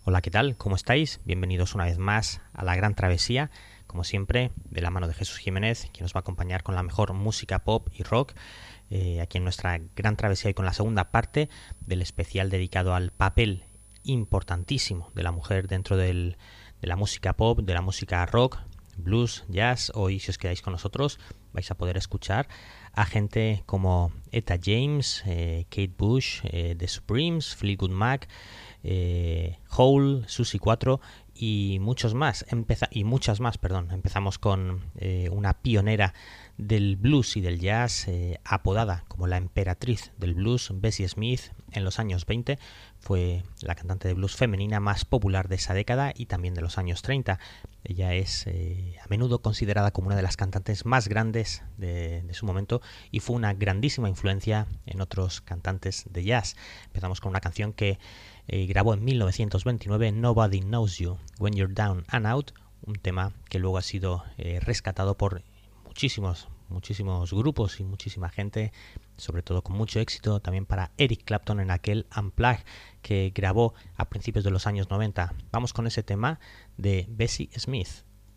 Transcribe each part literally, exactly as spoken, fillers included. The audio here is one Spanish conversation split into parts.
Hola, ¿qué tal? ¿Cómo estáis? Bienvenidos una vez más a La Gran Travesía, como siempre, de la mano de Jesús Jiménez, quien nos va a acompañar con la mejor música pop y rock, eh, aquí en nuestra Gran Travesía y con la segunda parte del especial dedicado al papel importantísimo de la mujer dentro del, de la música pop, de la música rock, blues, jazz. Hoy, si os quedáis con nosotros, vais a poder escuchar a gente como Etta James, eh, Kate Bush, eh, The Supremes, Fleetwood Mac, eh, Hole, Susie cuatro y muchos más. Empeza- y muchas más, perdón. Empezamos con eh, una pionera del blues y del jazz, eh, apodada como la emperatriz del blues, Bessie Smith. En los años veinte fue la cantante de blues femenina más popular de esa década y también de los años treinta. Ella es eh, a menudo considerada como una de las cantantes más grandes de, de su momento y fue una grandísima influencia en otros cantantes de jazz. Empezamos con una canción que eh, grabó en mil novecientos veintinueve, Nobody Knows You When You're Down and Out, un tema que luego ha sido eh, rescatado por muchísimos, muchísimos grupos y muchísima gente, sobre todo con mucho éxito también para Eric Clapton en aquel Unplugged que grabó a principios de los años noventa. Vamos con ese tema de Bessie Smith.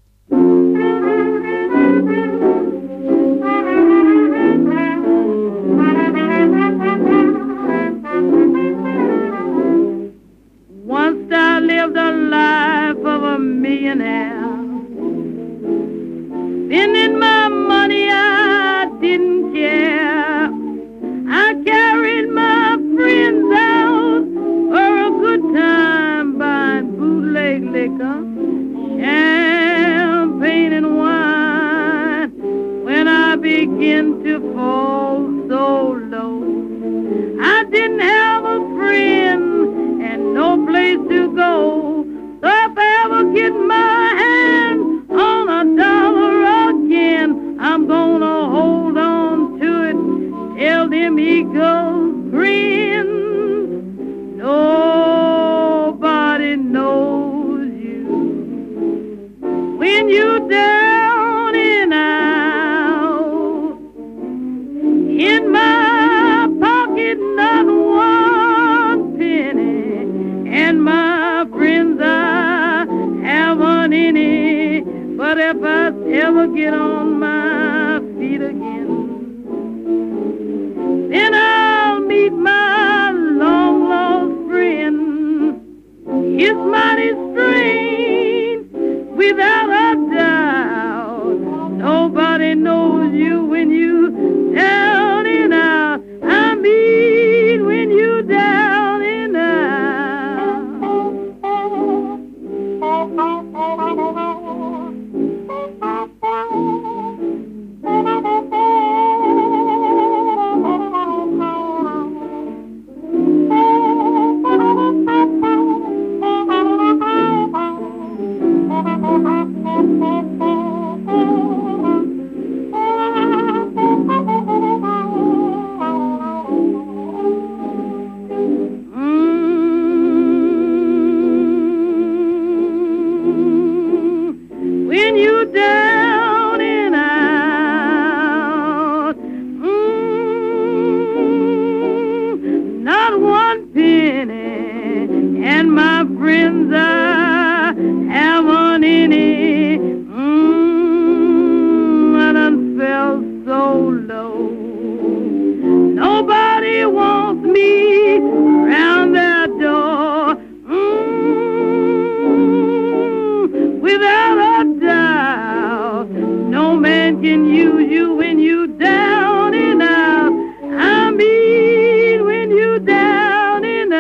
Once I lived a life of a millionaire, spending my money I didn't care. I carried my friends out for a good time, buying bootleg liquor, champagne and wine. When I began to fall so low, I didn't have a friend and no place to go. So if I ever get my hand on a dollar again, I'm gonna hold on to it till them eagles grin. Nobody knows you when you're down and out. In my pocket not one penny, and my friends I haven't any. But if I ever get on my feet again, then I'll meet my long lost friend. It's mighty strange, without a doubt. Nobody knows you when you down and out. I mean when you down and out. When you down and out, mm, not one penny, and my friends I haven't any. Mm, I done fell so low. Nobody wants me round their door. Mm, without a doubt, no man can use you when you down and out. I mean when you down and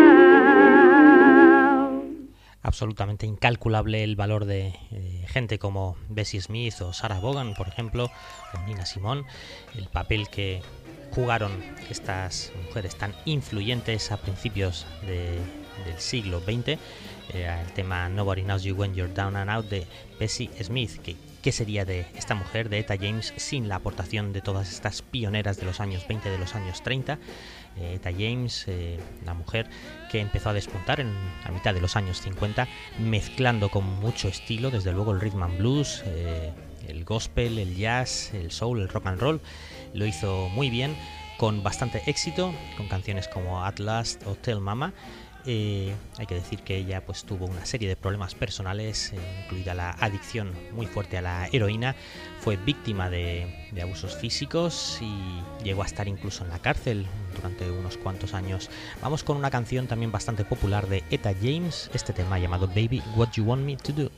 out. Absolutamente incalculable el valor de eh, gente como Bessie Smith o Sarah Vaughan, por ejemplo, o Nina Simone, el papel que jugaron estas mujeres tan influyentes a principios de, del siglo veinte. Eh, el tema Nobody Knows You When You're Down and Out de Bessie Smith. que ¿Qué sería de esta mujer, de Etta James, sin la aportación de todas estas pioneras de los años veinte, de los años treinta? Eh, Etta James, eh, la mujer que empezó a despuntar en a mitad de los años cincuenta, mezclando con mucho estilo, desde luego el rhythm and blues, eh, el gospel, el jazz, el soul, el rock and roll. Lo hizo muy bien, con bastante éxito, con canciones como At Last o Tell Mama. Eh, hay que decir que ella pues tuvo una serie de problemas personales, eh, incluida la adicción muy fuerte a la heroína. Fue víctima de, de abusos físicos y llegó a estar incluso en la cárcel durante unos cuantos años. Vamos con una canción también bastante popular de Etta James, este tema llamado Baby What You Want Me to Do.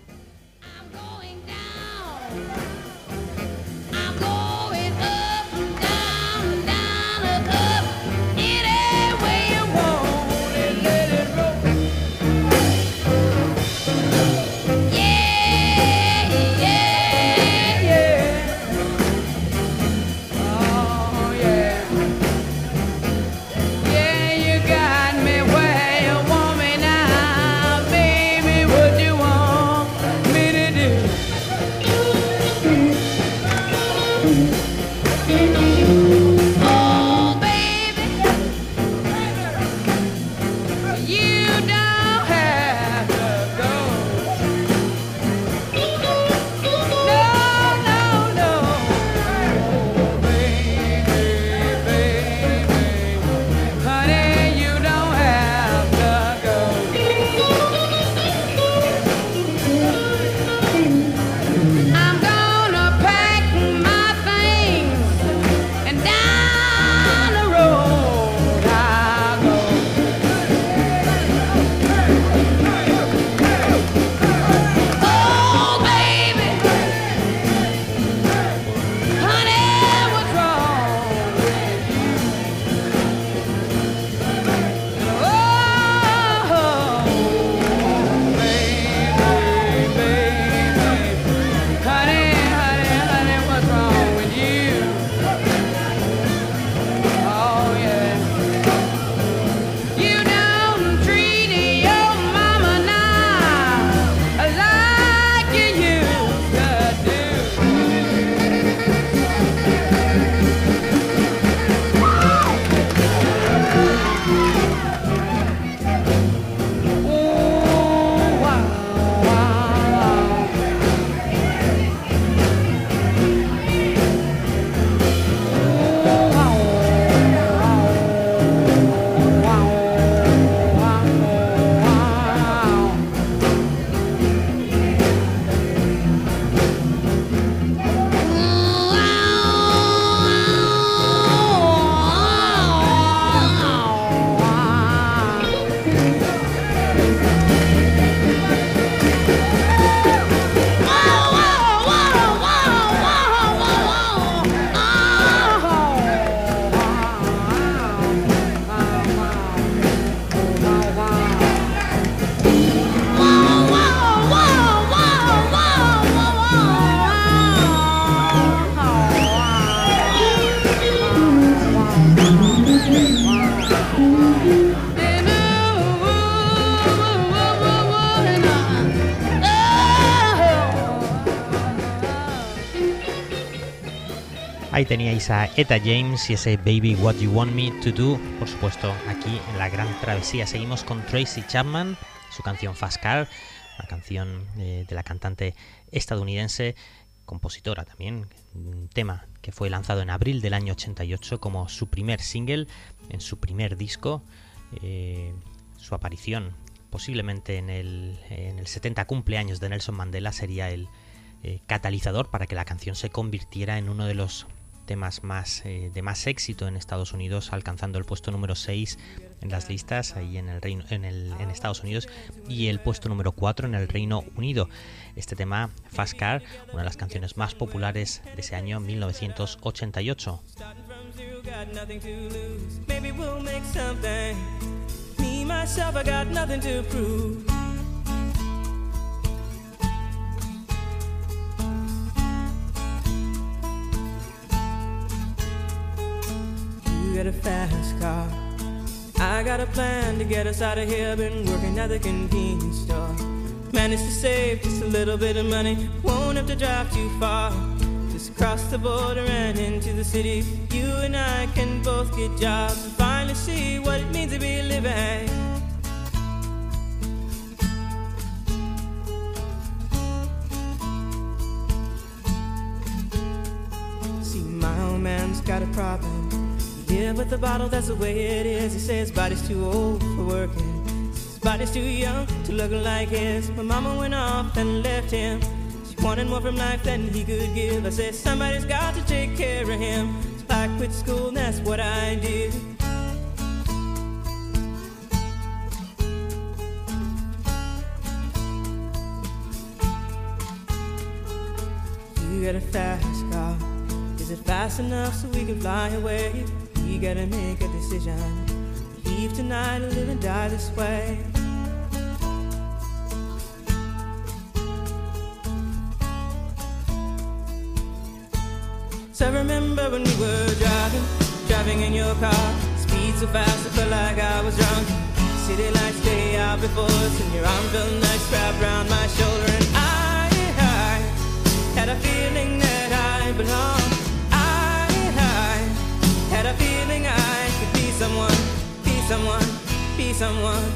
Ahí teníais a Etta James y ese Baby What You Want Me to Do, por supuesto, aquí en La Gran Travesía. Seguimos con Tracy Chapman, su canción Fast Car, una canción eh, de la cantante estadounidense, compositora también, un tema que fue lanzado en abril del año ochenta y ocho como su primer single, en su primer disco. Eh, su aparición posiblemente en el, en el setenta cumpleaños de Nelson Mandela sería el eh, catalizador para que la canción se convirtiera en uno de los temas más eh, de más éxito en Estados Unidos, alcanzando el puesto número seis en las listas ahí en el Reino en el en Estados Unidos y el puesto número cuatro en el Reino Unido. Este tema Fast Car, una de las canciones más populares de ese año mil novecientos ochenta y ocho. Get a fast car. I got a plan to get us out of here. Been working at the convenience store. Managed to save just a little bit of money. Won't have to drive too far. Just across the border and into the city. You and I can both get jobs and finally see what it means to be living. See, my old man's got a problem. Yeah, with the bottle, that's the way it is. He says his body's too old for working. His body's too young to look like his. My mama went off and left him. She wanted more from life than he could give. I said somebody's got to take care of him. So I quit school and that's what I did. You got a fast car. Is it fast enough so we can fly away? We gotta make a decision. Leave tonight or live and die this way. So I remember when we were driving, driving in your car. Speed so fast I felt like I was drunk. City lights day out before us, and your arm felt nice wrapped around my shoulder. And I, I had a feeling that I belonged. I, I had a feeling I could be someone, be someone, be someone.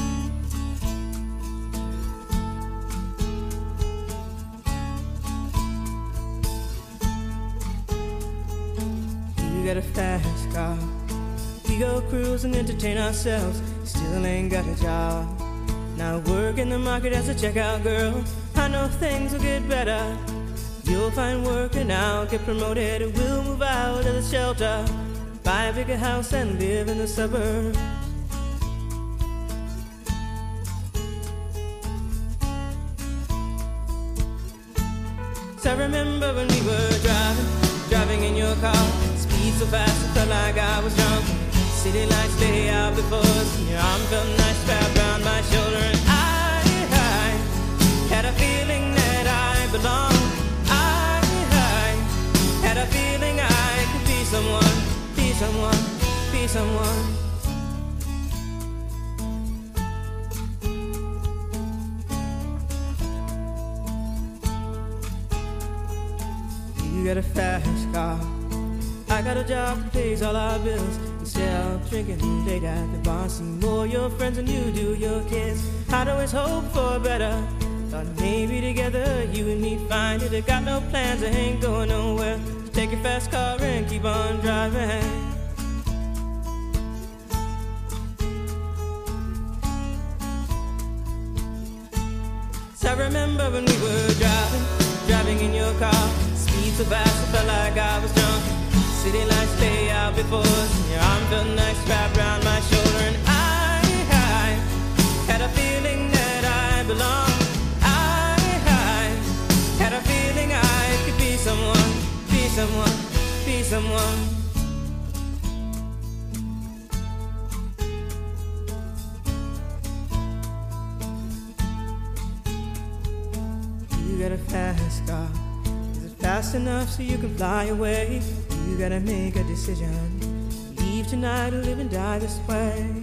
You got a fast car. We go cruise and entertain ourselves. Still ain't got a job. Now work in the market as a checkout girl. I know things will get better. You'll find work and I'll get promoted. We'll move out of the shelter, buy a bigger house and live in the suburbs. So I remember when we were driving, driving in your car. Speed so fast I felt like I was drunk. City lights lay out before us, and your arm felt nice wrapped around my shoulder. And I, I had a feeling that I belonged. I, I had a feeling I could be someone, be someone, be someone. You got a fast car. I got a job that pays all our bills. Instead of drinking late at the bar, see more your friends than you do your kids. I'd always hope for better. Thought maybe together you and me find it. I got no plans, I ain't going nowhere. So take your fast car and keep on driving. So I remember when we were driving, driving in your car. Speed so fast I felt like I was drunk. City lights lay out before us, and your arm felt nice wrapped around my shoulder. And I, I had a feeling that I belonged. I, I had a feeling I could be someone, be someone, be someone. You got a fast car. Is it fast enough so you can fly away? You gotta make a decision. Leave tonight or live and die this way.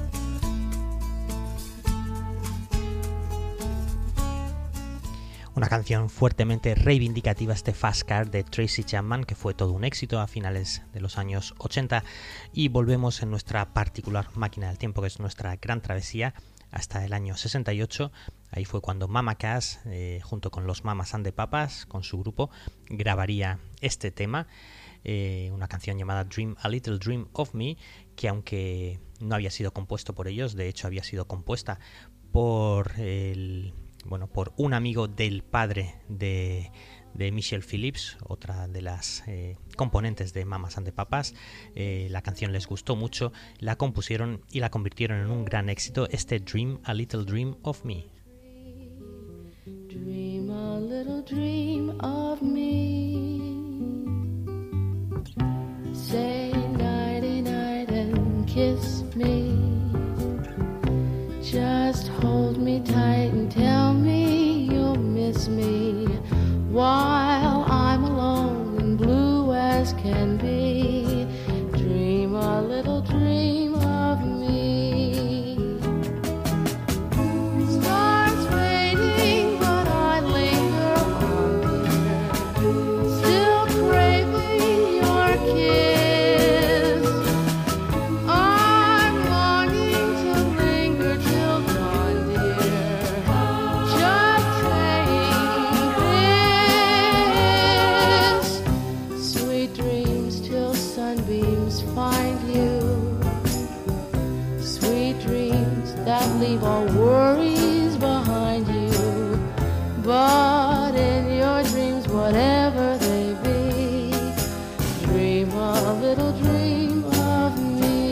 Una canción fuertemente reivindicativa, este Fast Car de Tracy Chapman, que fue todo un éxito a finales de los años ochenta. Y volvemos en nuestra particular máquina del tiempo, que es nuestra gran travesía, hasta el año sesenta y ocho. Ahí fue cuando Mama Cass, eh, junto con los Mamas and the Papas, con su grupo, grabaría este tema. Eh, una canción llamada Dream a Little Dream of Me, que aunque no había sido compuesto por ellos, de hecho había sido compuesta por el, bueno, por un amigo del padre de, de Michelle Phillips, otra de las eh, componentes de Mamas and the Papas. Eh, la canción les gustó mucho, la compusieron y la convirtieron en un gran éxito, este Dream a Little Dream of Me. Dream a little dream of me. Say nighty night and kiss me. Just hold me tight and tell me you'll miss me while I'm alone and blue as can be. Dream a little dream of me. Stars fading, but I linger on, dear. Still craving your kiss. I'm longing to linger till dawn, dear. Just saying this. Sweet dreams till worries behind you. But in your dreams, whatever they be, dream a little dream of me.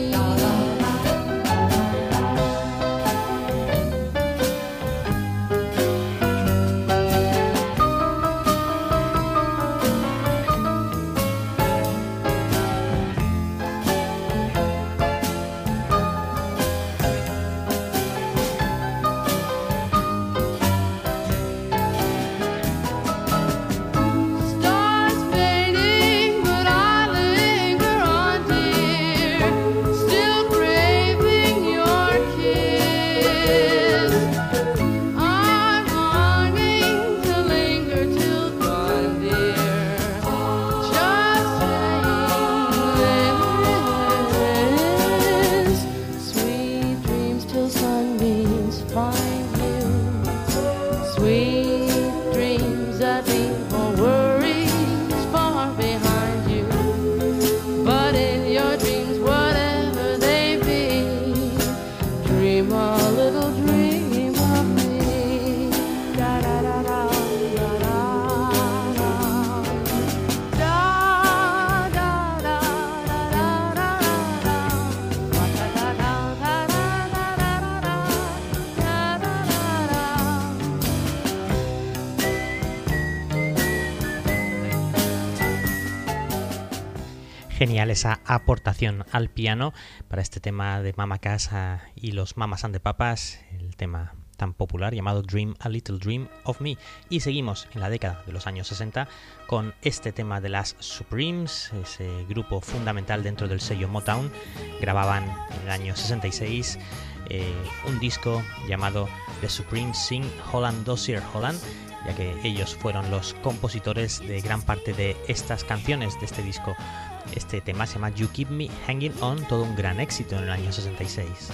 Genial esa aportación al piano para este tema de Mama Cass y los Mamas and the Papas, el tema tan popular llamado Dream a Little Dream of Me. Y seguimos en la década de los años sesenta con este tema de las Supremes, ese grupo fundamental dentro del sello Motown. Grababan en el año sesenta y seis eh, un disco llamado The Supremes Sing Holland Dossier Holland, ya que ellos fueron los compositores de gran parte de estas canciones de este disco. Este tema se llama You Keep Me Hanging On, todo un gran éxito en el año sesenta y seis.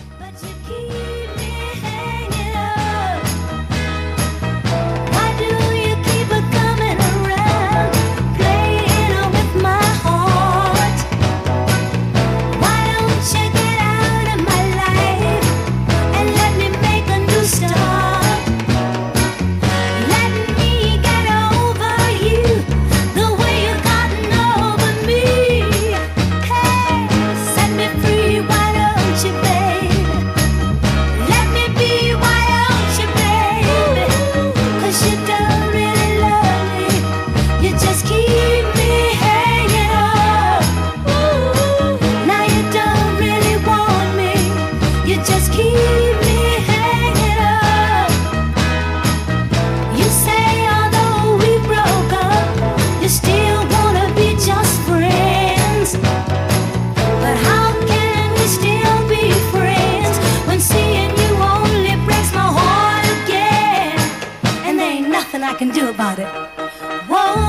I can do about it. Whoa.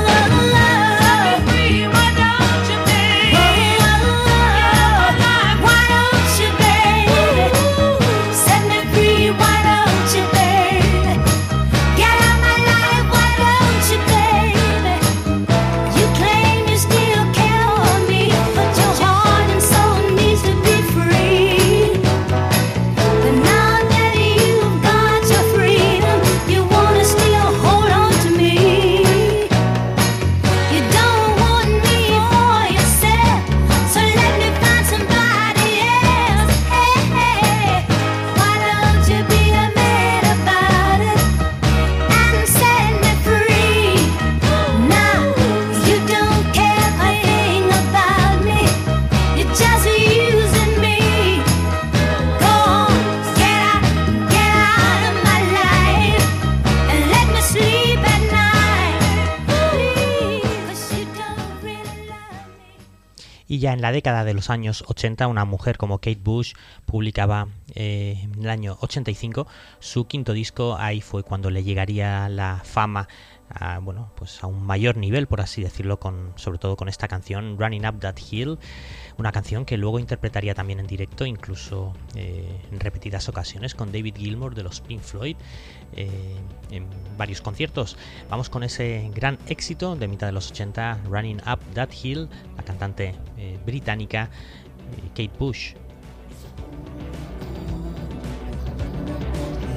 Y ya en la década de los años ochenta, una mujer como Kate Bush publicaba eh, en el año ochenta y cinco su quinto disco. Ahí fue cuando le llegaría la fama a, bueno, pues a un mayor nivel, por así decirlo, con, sobre todo con esta canción Running Up That Hill, una canción que luego interpretaría también en directo, incluso eh, en repetidas ocasiones con David Gilmour de los Pink Floyd, eh, en varios conciertos. Vamos con ese gran éxito de mitad de los ochenta, Running Up That Hill, la cantante eh, británica eh, Kate Bush.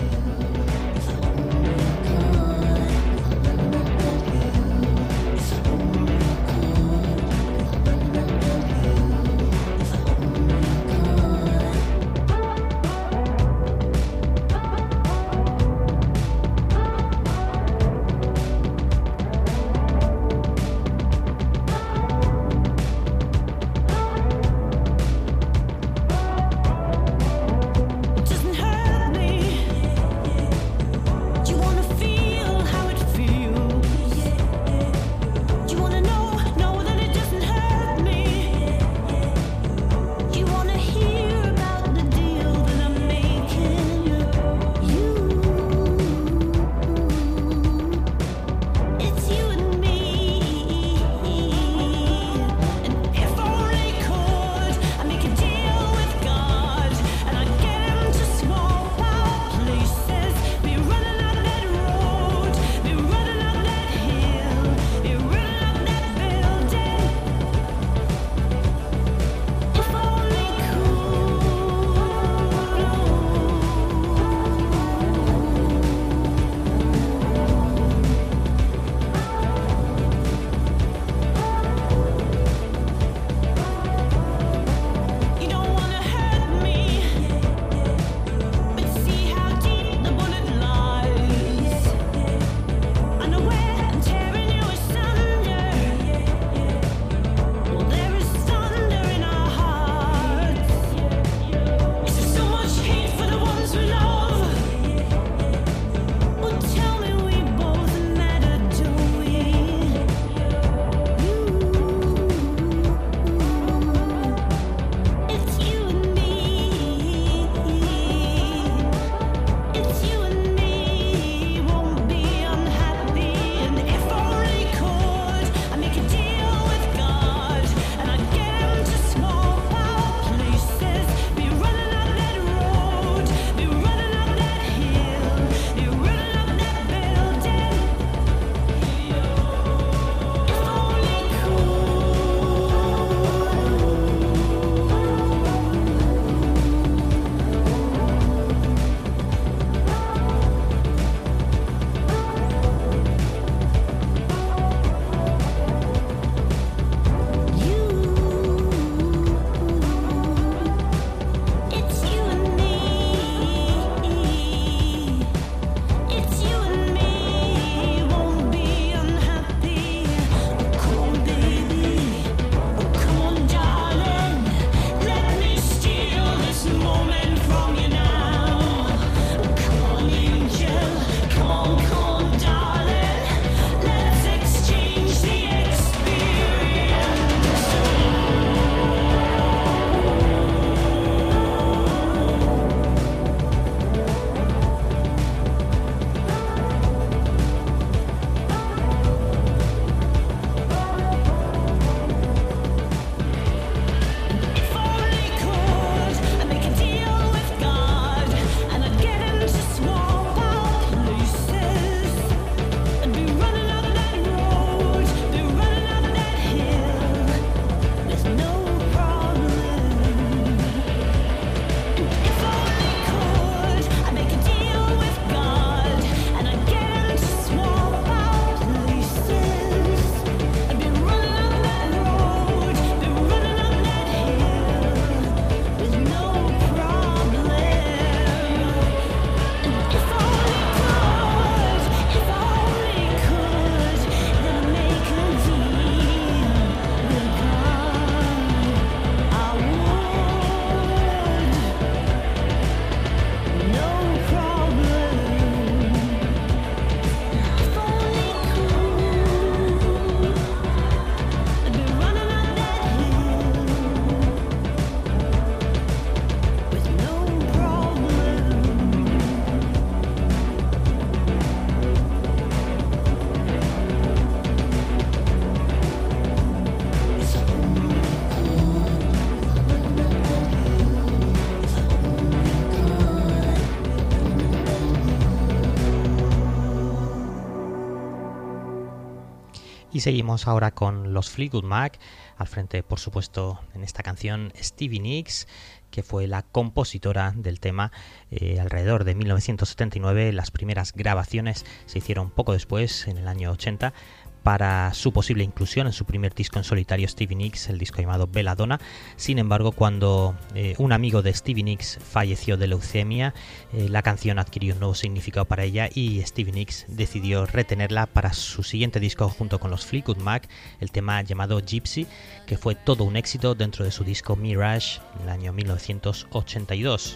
Y seguimos ahora con los Fleetwood Mac, al frente, por supuesto, en esta canción Stevie Nicks, que fue la compositora del tema eh, alrededor de mil novecientos setenta y nueve. Las primeras grabaciones se hicieron poco después, en el año ochenta, para su posible inclusión en su primer disco en solitario, Stevie Nicks, el disco llamado Belladonna. Sin embargo, cuando eh, un amigo de Stevie Nicks falleció de leucemia, eh, la canción adquirió un nuevo significado para ella y Stevie Nicks decidió retenerla para su siguiente disco junto con los Fleetwood Mac, el tema llamado Gypsy, que fue todo un éxito dentro de su disco Mirage en el año mil novecientos ochenta y dos.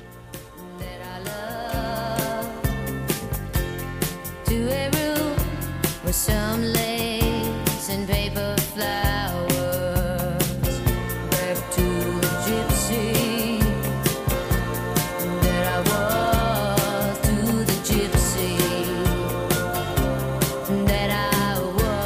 And paper flowers left to the gypsy that I was, to the gypsy that I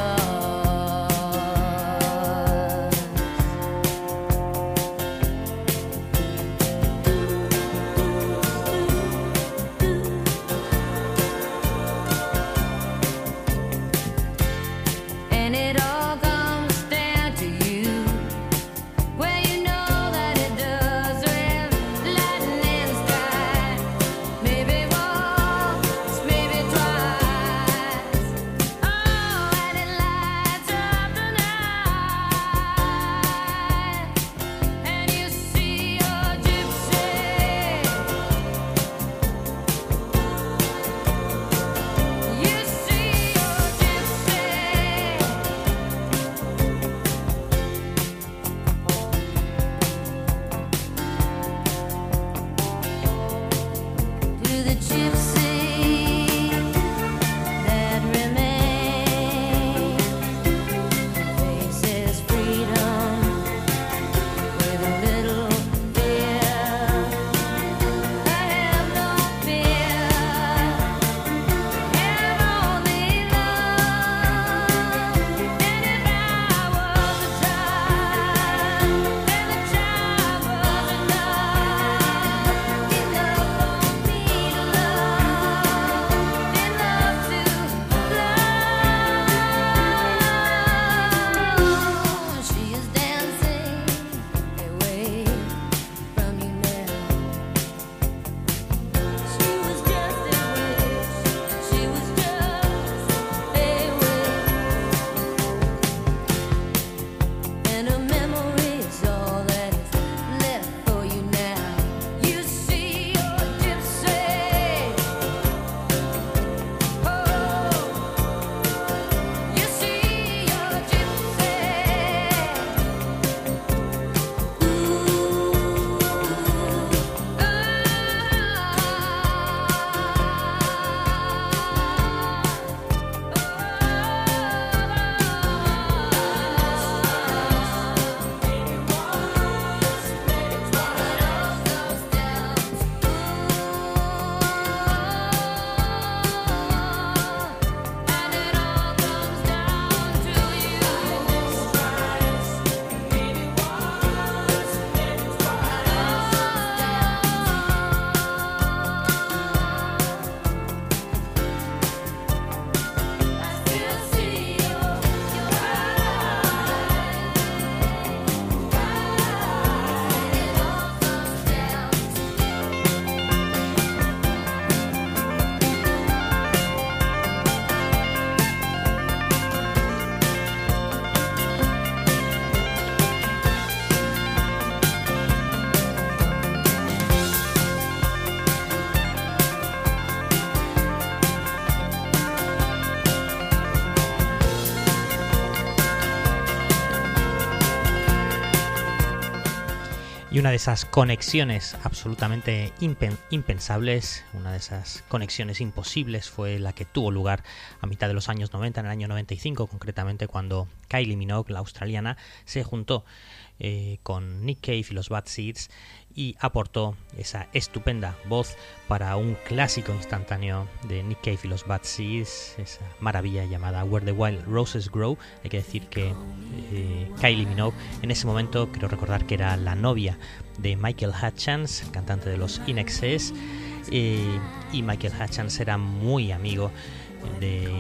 Y una de esas conexiones absolutamente impen- impensables, una de esas conexiones imposibles fue la que tuvo lugar a mitad de los años noventa, en el año noventa y cinco concretamente, cuando Kylie Minogue, la australiana, se juntó eh, con Nick Cave y los Bad Seeds y aportó esa estupenda voz para un clásico instantáneo de Nick Cave y los Bad Seeds, esa maravilla llamada Where the Wild Roses Grow. Hay que decir que eh, Kylie Minogue en ese momento, creo recordar que era la novia de Michael Hutchence, cantante de los I N X S, eh, y Michael Hutchence era muy amigo de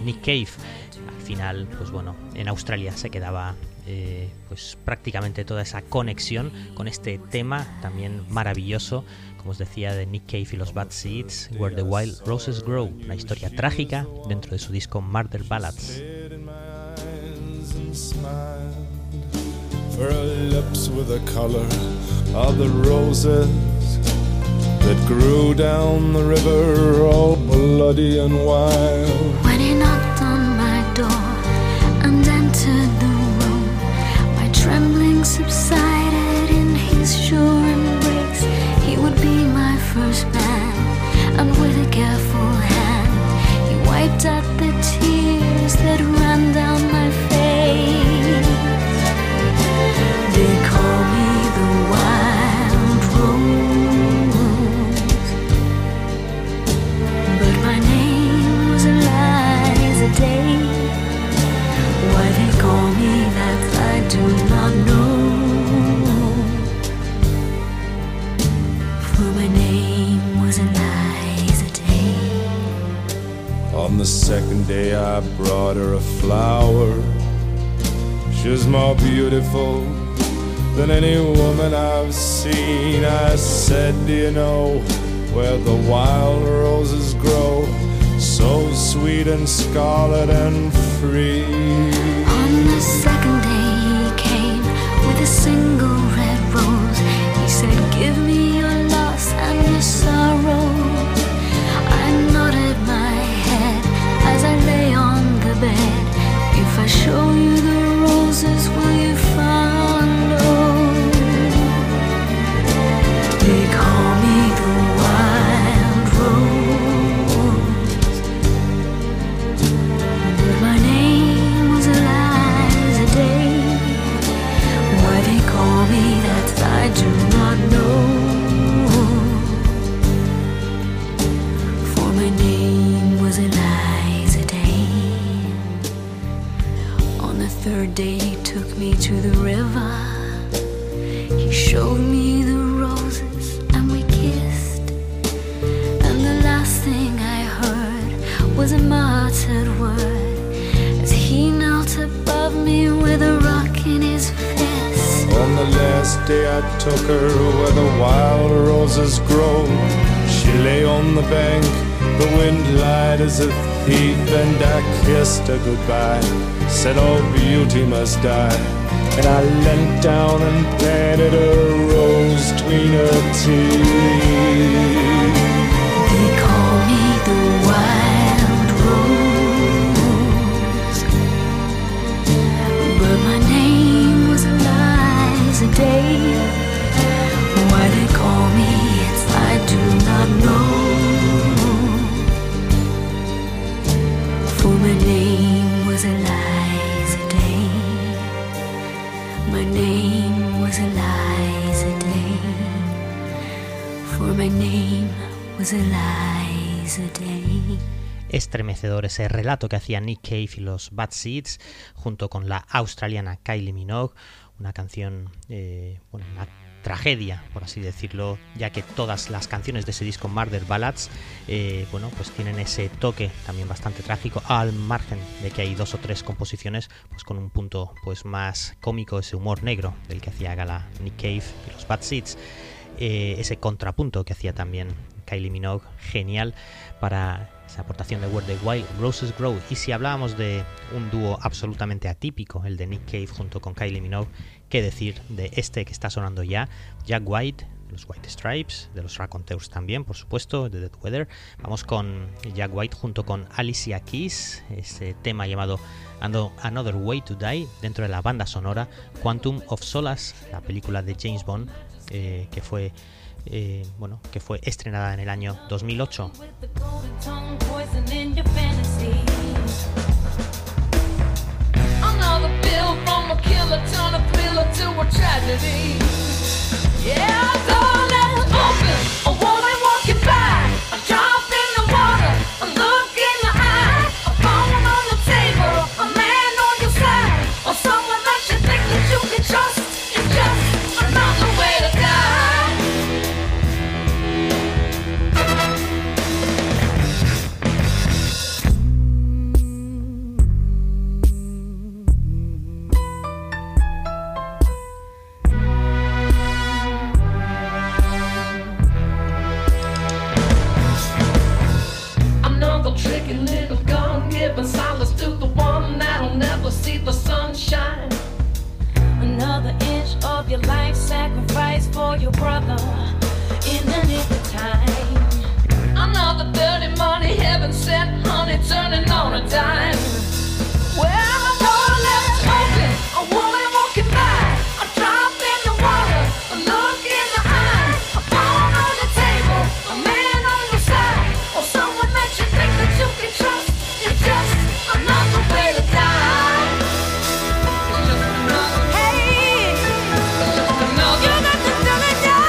Nick Cave. Al final, pues bueno, en Australia se quedaba eh, pues prácticamente toda esa conexión con este tema también maravilloso, como os decía, de Nick Cave y los Bad Seeds, Where the Wild Roses Grow, una historia trágica dentro de su disco Murder Ballads. For her lips were the color of the roses that grew down the river, all bloody and wild. When he knocked on my door and entered the room, my trembling subsided in his sure embrace. He would be my first man, and with a careful hand he wiped out the tears that ran down my face. They call me the wild rose, but my name was Eliza Day. Why they call me that I do not know, for my name was Eliza Day. On the second day I brought her a flower. She was more beautiful than any woman I've seen. I said, do you know where the wild roses grow, so sweet and scarlet and free? On the second day he came with a single red rose. He said, give me your loss and your sorrow. I nodded my head as I lay on the bed. If I show you the roses, will you follow? They call me the wild rose, but my name was Eliza Day. Why they call me that I do not know, for my name was Eliza Day. On the third day he took me to the river. He showed me the roses and we kissed, and the last thing I heard was a muttered word as he knelt above me with a rock in his fist. On the last day I took her where the wild roses grow. She lay on the bank, the wind lied as a thief, and I kissed her goodbye, said all beauty must die. And I leant down and planted a rose between her teeth. They call me the wild rose, but my name was Eliza Day. Why they call me it I do not know, for my name was Eliza Day. My name was Eliza Day, for my name was Eliza Day. Estremecedor ese relato que hacía Nick Cave y los Bad Seeds junto con la australiana Kylie Minogue, una canción, eh, bueno, una tragedia, por así decirlo, ya que todas las canciones de ese disco Murder Ballads, eh, bueno, pues tienen ese toque también bastante trágico, al margen de que hay dos o tres composiciones pues con un punto pues más cómico, ese humor negro del que hacía gala Nick Cave y los Bad Seeds, eh, ese contrapunto que hacía también Kylie Minogue, genial para esa aportación de Where the Wild Roses Grow. Y si hablábamos de un dúo absolutamente atípico, el de Nick Cave junto con Kylie Minogue, qué decir de este que está sonando ya, Jack White, de los White Stripes, de los Raconteurs también, por supuesto, de Dead Weather. Vamos con Jack White junto con Alicia Keys, ese tema llamado Another Way to Die, dentro de la banda sonora Quantum of Solace, la película de James Bond, eh, que fue Eh, bueno, que fue estrenada en el año dos mil ocho. aching little gun, giving solace to the one that'll never see the sunshine. Another inch of your life sacrifice for your brother in the nick of time. Another dirty money, heaven sent honey turning on a dime. Well, a door left open, a woman walking by, a drop in the water, a look in the eye, a phone on the table, a man on your side, or someone makes you think that you can trust. It's just another way to die. It's just another. Hey, it's just another. You got to tell me die.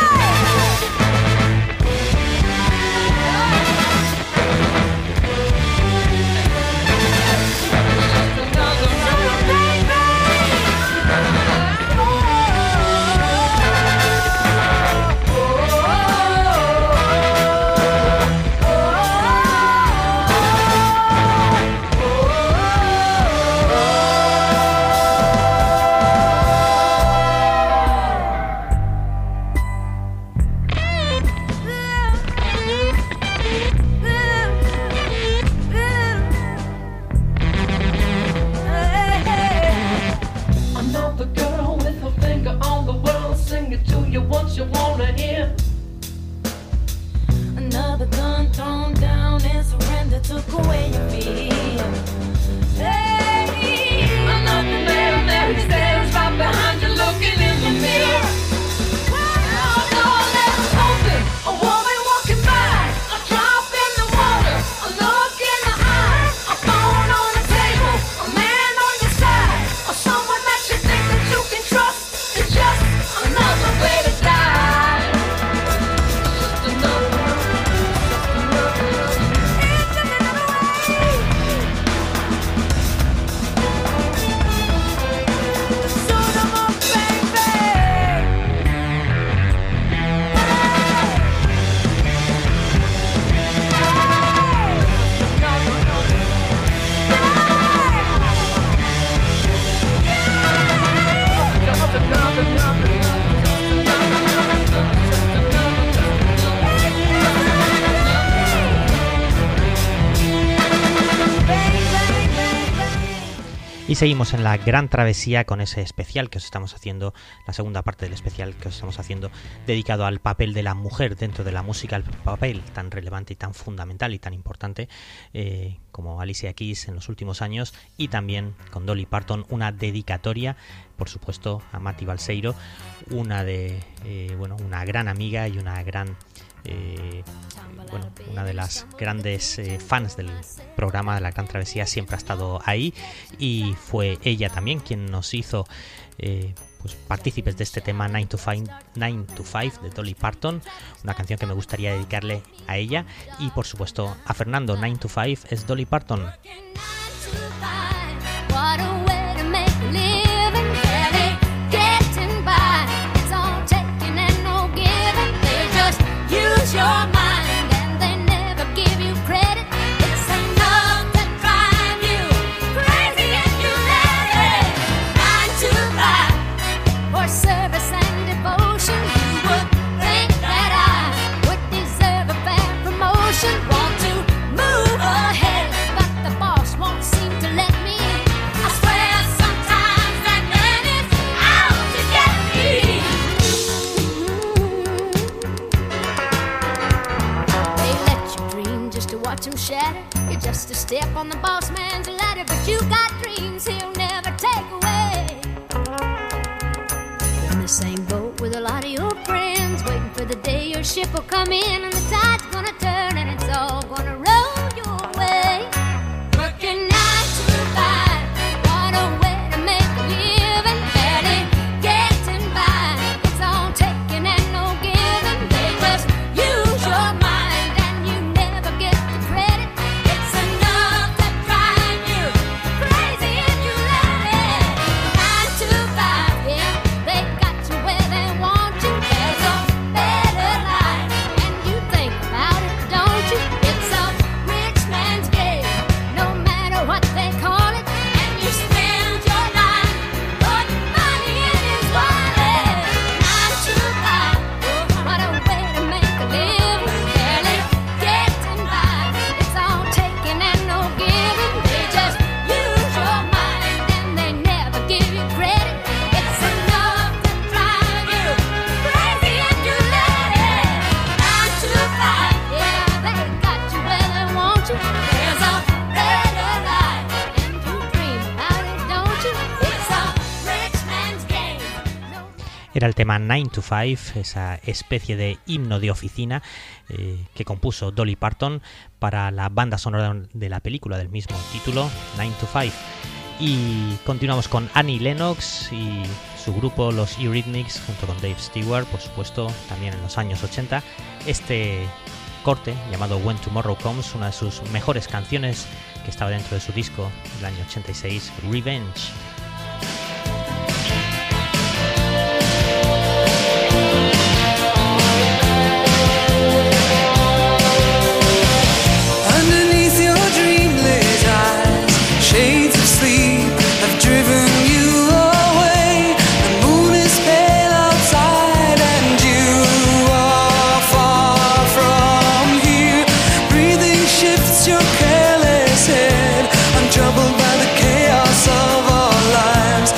Y seguimos en la gran travesía con ese especial que os estamos haciendo, la segunda parte del especial que os estamos haciendo, dedicado al papel de la mujer dentro de la música, el papel tan relevante y tan fundamental y tan importante eh, como Alicia Keys en los últimos años, y también con Dolly Parton una dedicatoria, por supuesto, a Matty Balseiro, una de eh, bueno, una gran amiga y una gran Eh, bueno, una de las grandes eh, fans del programa de La Gran Travesía, siempre ha estado ahí, y fue ella también quien nos hizo eh, pues, partícipes de este tema nine to five de Dolly Parton, una canción que me gustaría dedicarle a ella y por supuesto a Fernando. Nine to five es Dolly Parton. Your mind and they never give you credit. It's enough to drive you crazy and you let it. Nine to five for service and devotion. You would think that I would deserve a fair promotion. Want to move ahead, but the boss won't seem to let me. I swear sometimes that man is out to get me. Watch him shatter. You're just a step on the boss man's ladder, but you got dreams he'll never take away. In the same boat with a lot of your friends, waiting for the day your ship will come in and the tide's gonna turn and it's all gonna roll your way. Working nine to five, what a way to make a living. Barely getting by, it's all taking and no giving. They just use your mind. It's a There's a better life, and you dream about it, don't you? It's a rich man's game. Era el tema nine to five, esa especie de himno de oficina eh, que compuso Dolly Parton para la banda sonora de la película del mismo título, nine to five. Y continuamos con Annie Lennox y su grupo, los Eurythmics, junto con Dave Stewart, por supuesto, también en los años ochenta. Este corte, llamado When Tomorrow Comes, una de sus mejores canciones que estaba dentro de su disco del año ochenta y seis, Revenge. Troubled by the chaos of our lives.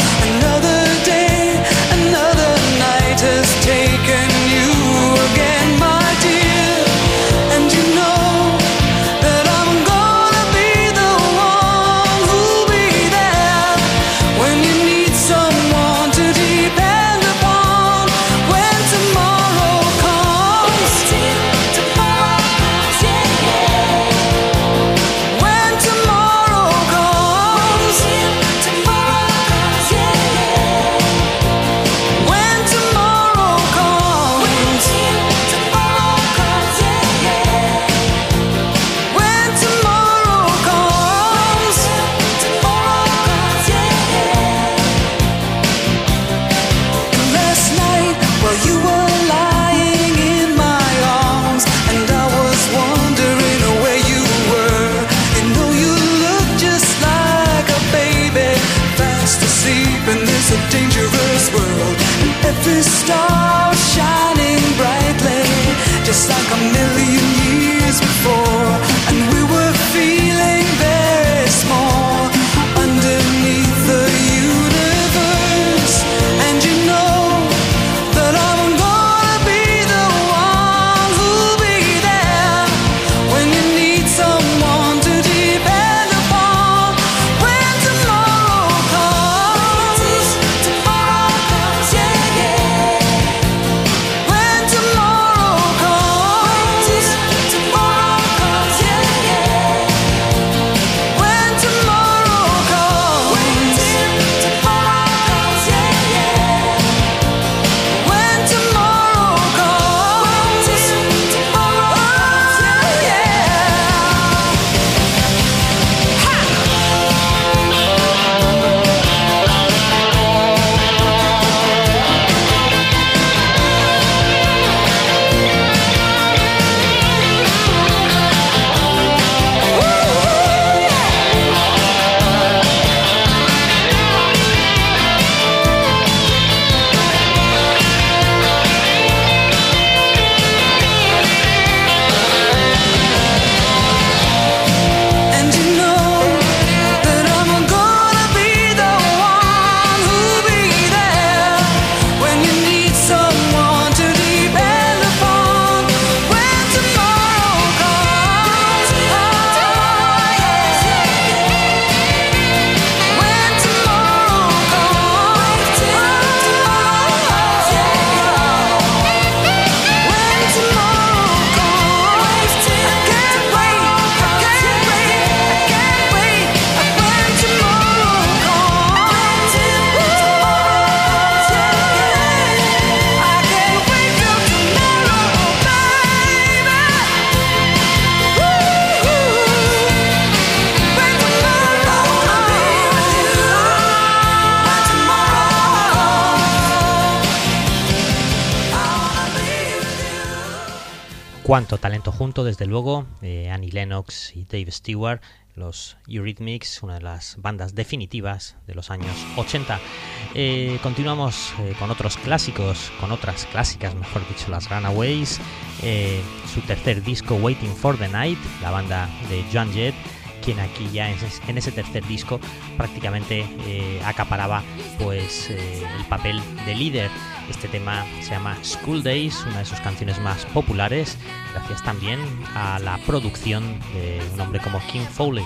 cuánto talento junto, desde luego, eh, Annie Lennox y Dave Stewart, los Eurythmics, una de las bandas definitivas de los años ochenta. Eh, continuamos eh, con otros clásicos, con otras clásicas, mejor dicho, las Runaways, eh, su tercer disco Waiting for the Night, la banda de Joan Jett, quien aquí ya en, en ese tercer disco prácticamente eh, acaparaba pues eh, el papel de líder. Este tema se llama School Days, una de sus canciones más populares, gracias también a la producción de un hombre como Kim Fowley.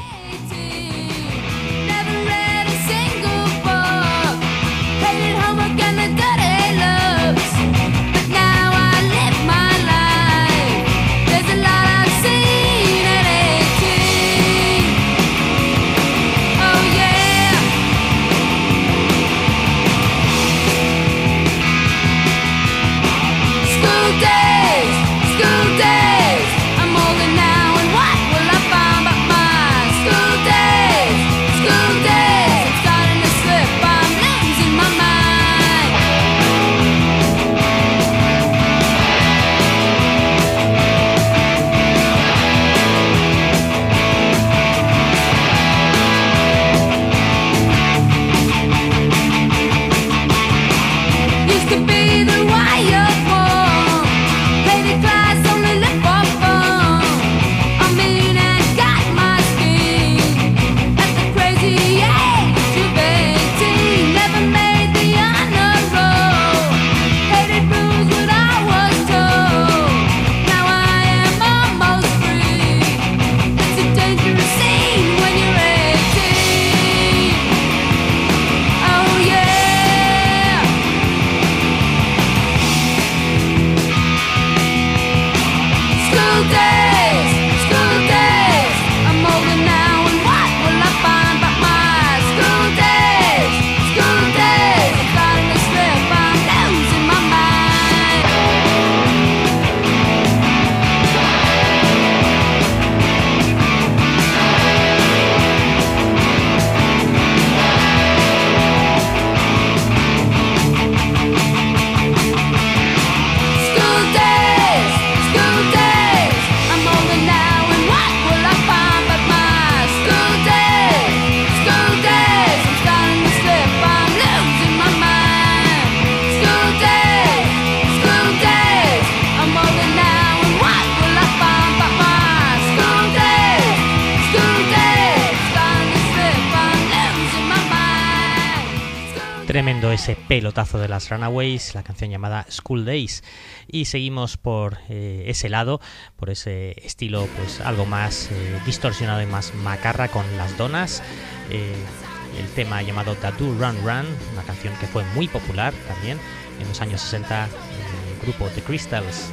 Tremendo ese pelotazo de las Runaways, la canción llamada School Days. Y seguimos por eh, ese lado, por ese estilo pues algo más eh, distorsionado y más macarra con las Donas. Eh, el tema llamado The Do Run Run, una canción que fue muy popular también en los años sesenta en el grupo The Crystals.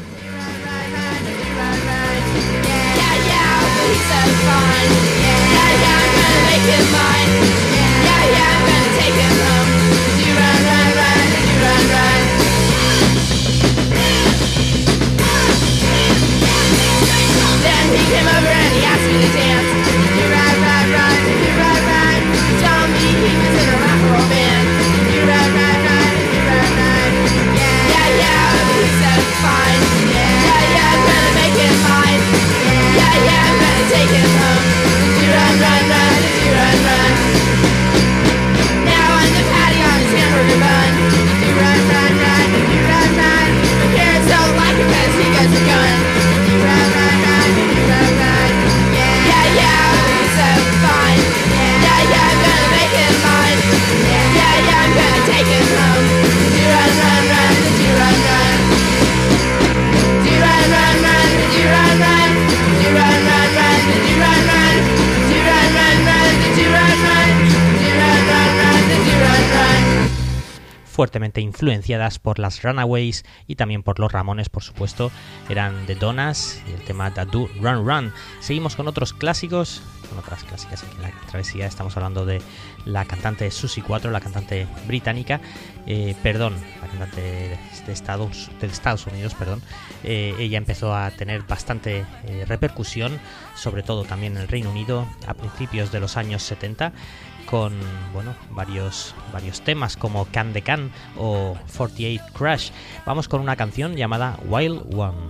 Then he came over and he asked me to dance. You ride, ride, ride, you ride, ride. Told me he was in a rock and roll band. You ride, ride, ride, you ride, ride. Yeah, yeah, yeah, he said fine. Yeah, yeah, yeah, I'm gonna make it mine. Yeah, yeah, I'm gonna take it home. Did you run, run, run, did you run, run? Now on the patio on his hamburger bun. Did you run, run, run, did you run, run? My parents don't like it cause he goes a gun. Did you run, run, run, did you run, run? Yeah, yeah, yeah, he's so fine. Yeah, yeah, I'm gonna make it mine. Yeah, yeah, I'm gonna take it home. Did you run, run, run, did you run, run? Did you run, run, run, did you run, run? Did you run, run, run, did you run, run? Did you run, run, run, did you run, run? Did you run, run, run, did you run, run? Fuertemente influenciadas por las Runaways y también por los Ramones, por supuesto, eran The Donas y el tema The Do Run Run. Seguimos con otros clásicos, con otras clásicas aquí en la travesía. Estamos hablando de la cantante Susie cuatro, la cantante británica, eh, perdón, la cantante de Estados, de Estados Unidos, perdón. Eh, ella empezó a tener bastante eh, repercusión, sobre todo también en el Reino Unido, a principios de los años setenta. Con bueno varios varios temas como Can de Can o cuarenta y ocho Crash. Vamos con una canción llamada Wild One.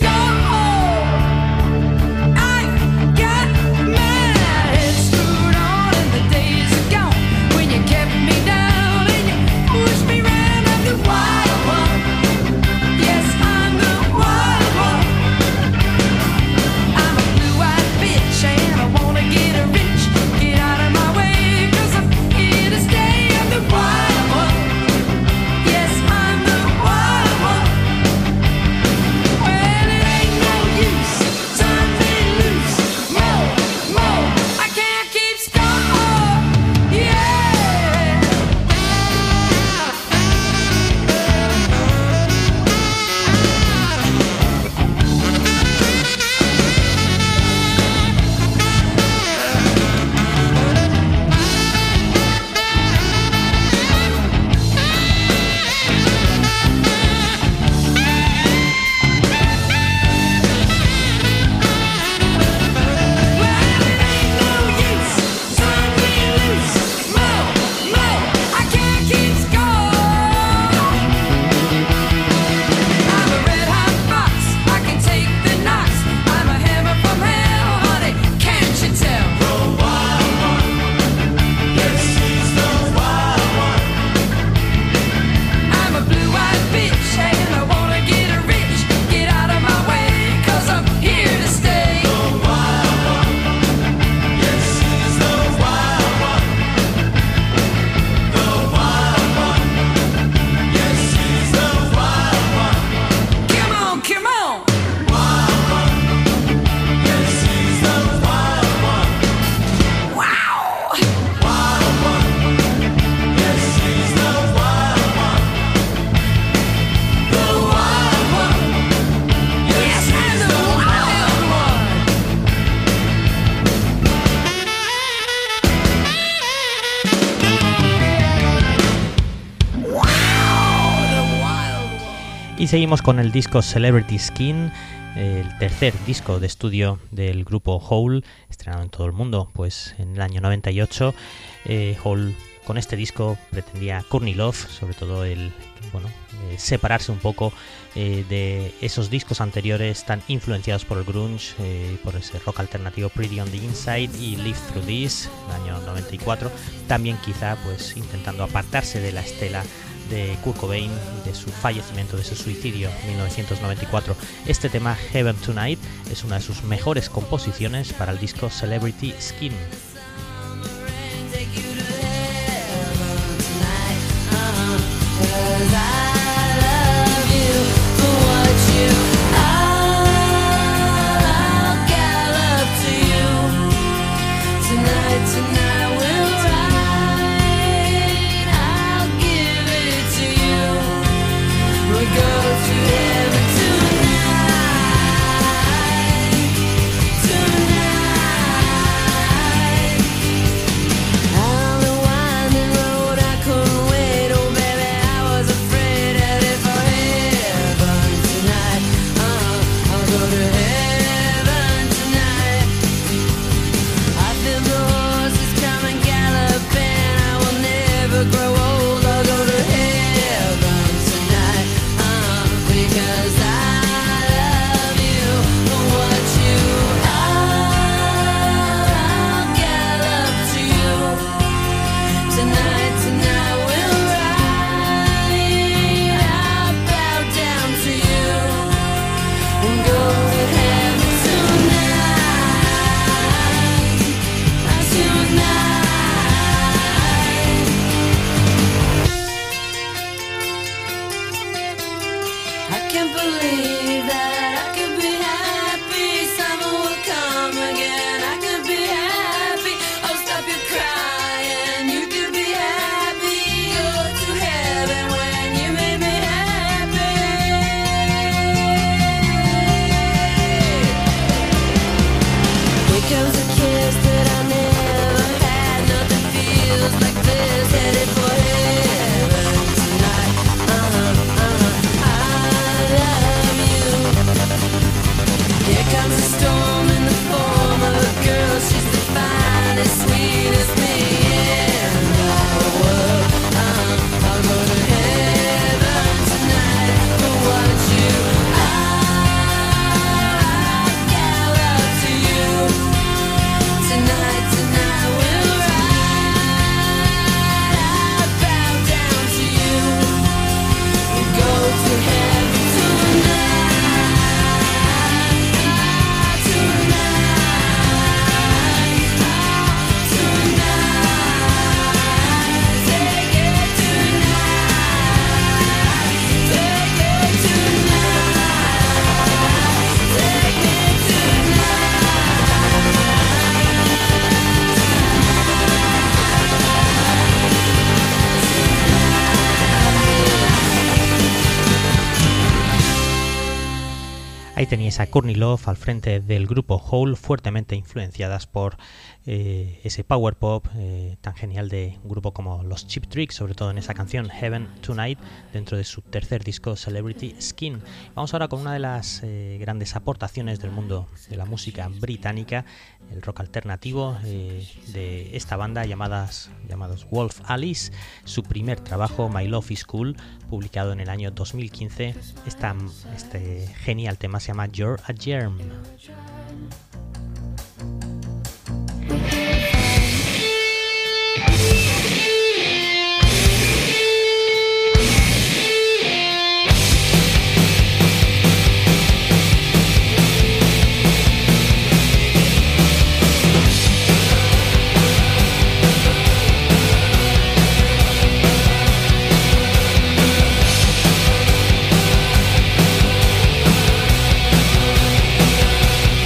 Screwed on. Y seguimos con el disco Celebrity Skin, el tercer disco de estudio del grupo Hole, estrenado en todo el mundo pues en el año noventa y ocho. eh, Hole con este disco pretendía Courtney Love, sobre todo el bueno eh, separarse un poco eh, de esos discos anteriores tan influenciados por el grunge, eh, por ese rock alternativo Pretty on the Inside y Live Through This, el año noventa y cuatro. También quizá pues intentando apartarse de la estela de Kurt Cobain, de su fallecimiento, de su suicidio en mil novecientos noventa y cuatro. Este tema, Heaven Tonight, es una de sus mejores composiciones para el disco Celebrity Skin. Ahí teníais a Courtney Love al frente del grupo Hole, fuertemente influenciadas por eh, ese power pop eh, tan genial de un grupo como los Cheap Trick, sobre todo en esa canción Heaven Tonight, dentro de su tercer disco Celebrity Skin. Vamos ahora con una de las eh, grandes aportaciones del mundo de la música británica, el rock alternativo eh, de esta banda llamadas, llamados Wolf Alice, su primer trabajo My Love Is Cool, publicado en el año dos mil quince. Esta, este genial tema se llama You're a Germ. You're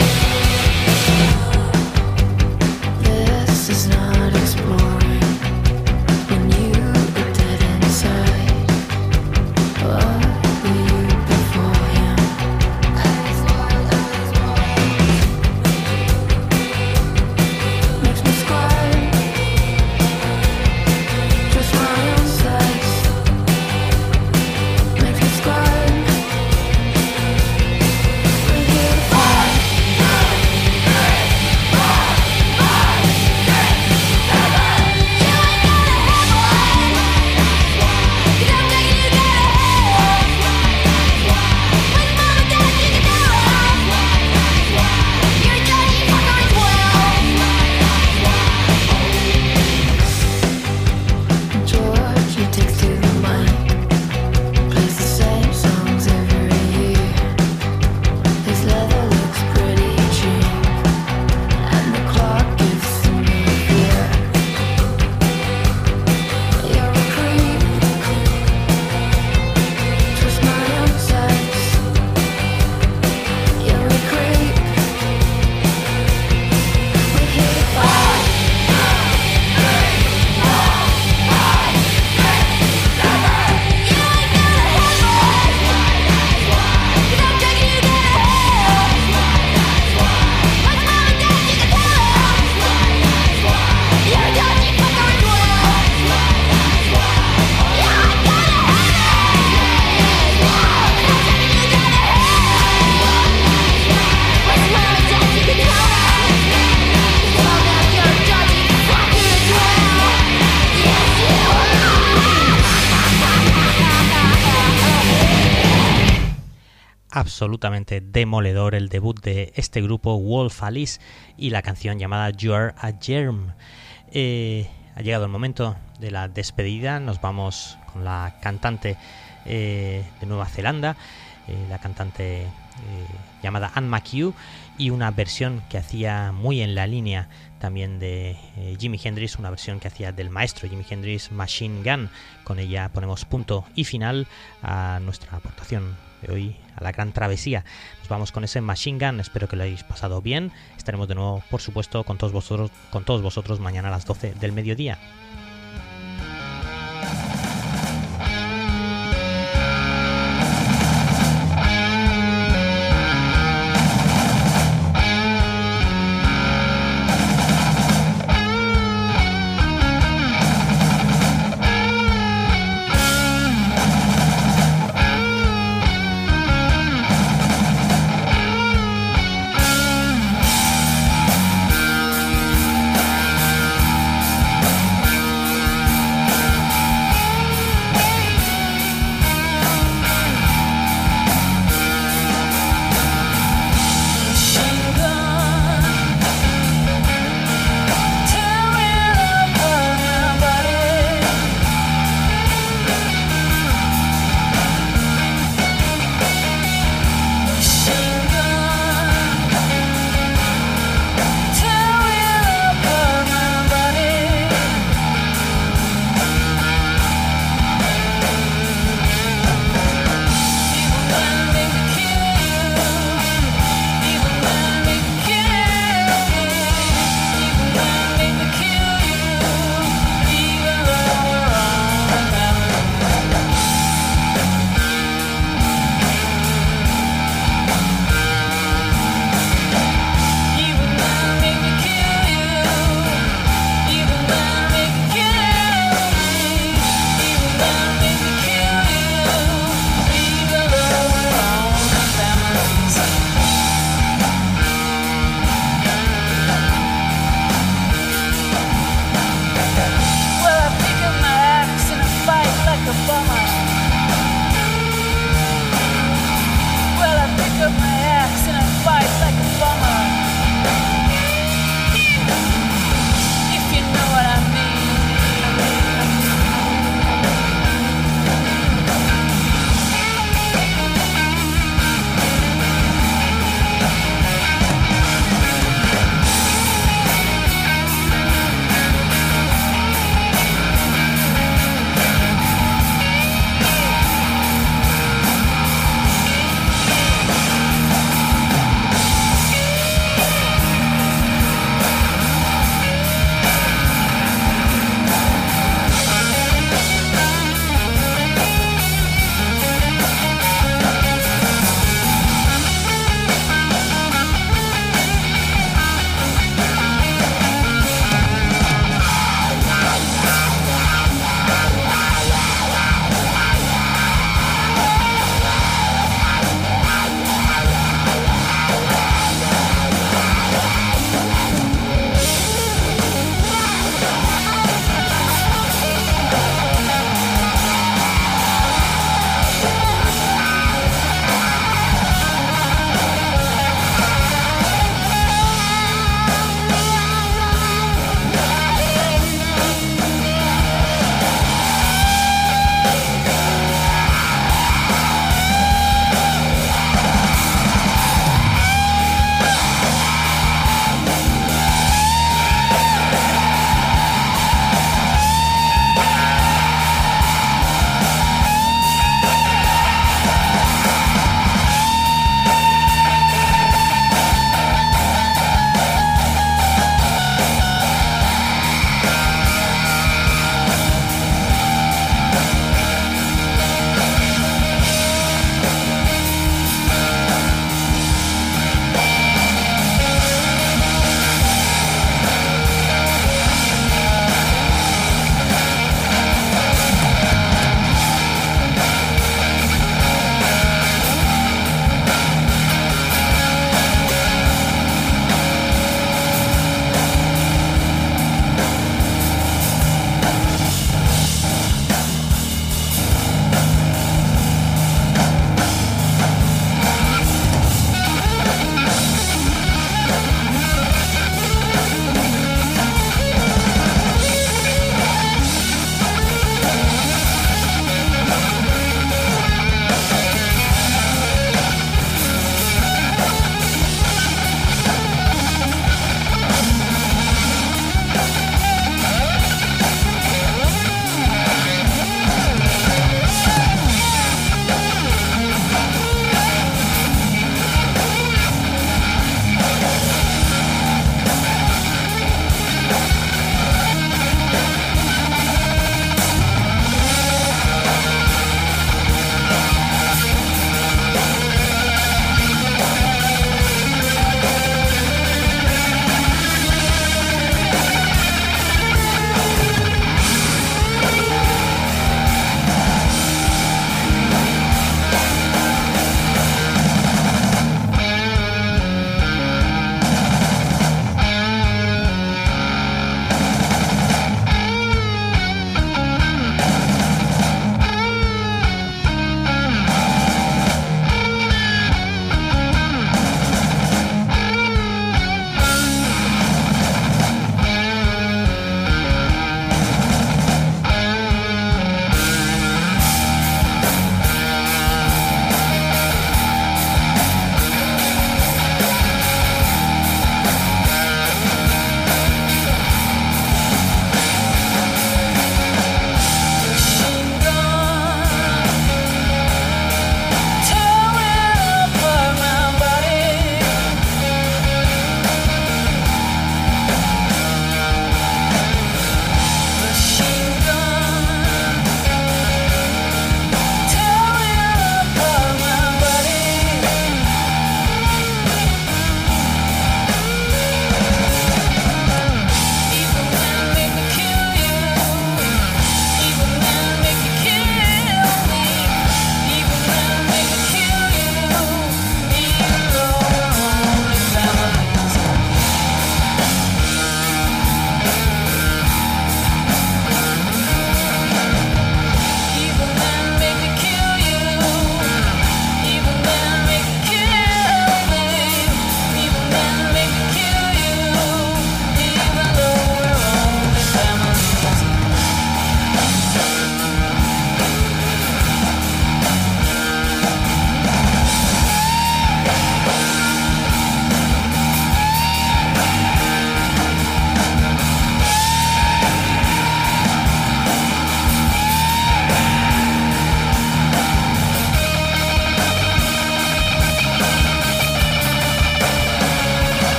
absolutamente demoledor el debut de este grupo, Wolf Alice, y la canción llamada You're a Germ. Eh, ha llegado el momento de la despedida. Nos vamos con la cantante eh, de Nueva Zelanda, eh, la cantante eh, llamada Anne McHugh, y una versión que hacía muy en la línea también de eh, Jimi Hendrix, una versión que hacía del maestro Jimi Hendrix, Machine Gun. Con ella ponemos punto y final a nuestra aportación de hoy a la gran travesía. Nos vamos con ese Machine Gun. Espero que lo hayáis pasado bien. Estaremos de nuevo, por supuesto, con todos vosotros, con todos vosotros mañana a las doce del mediodía.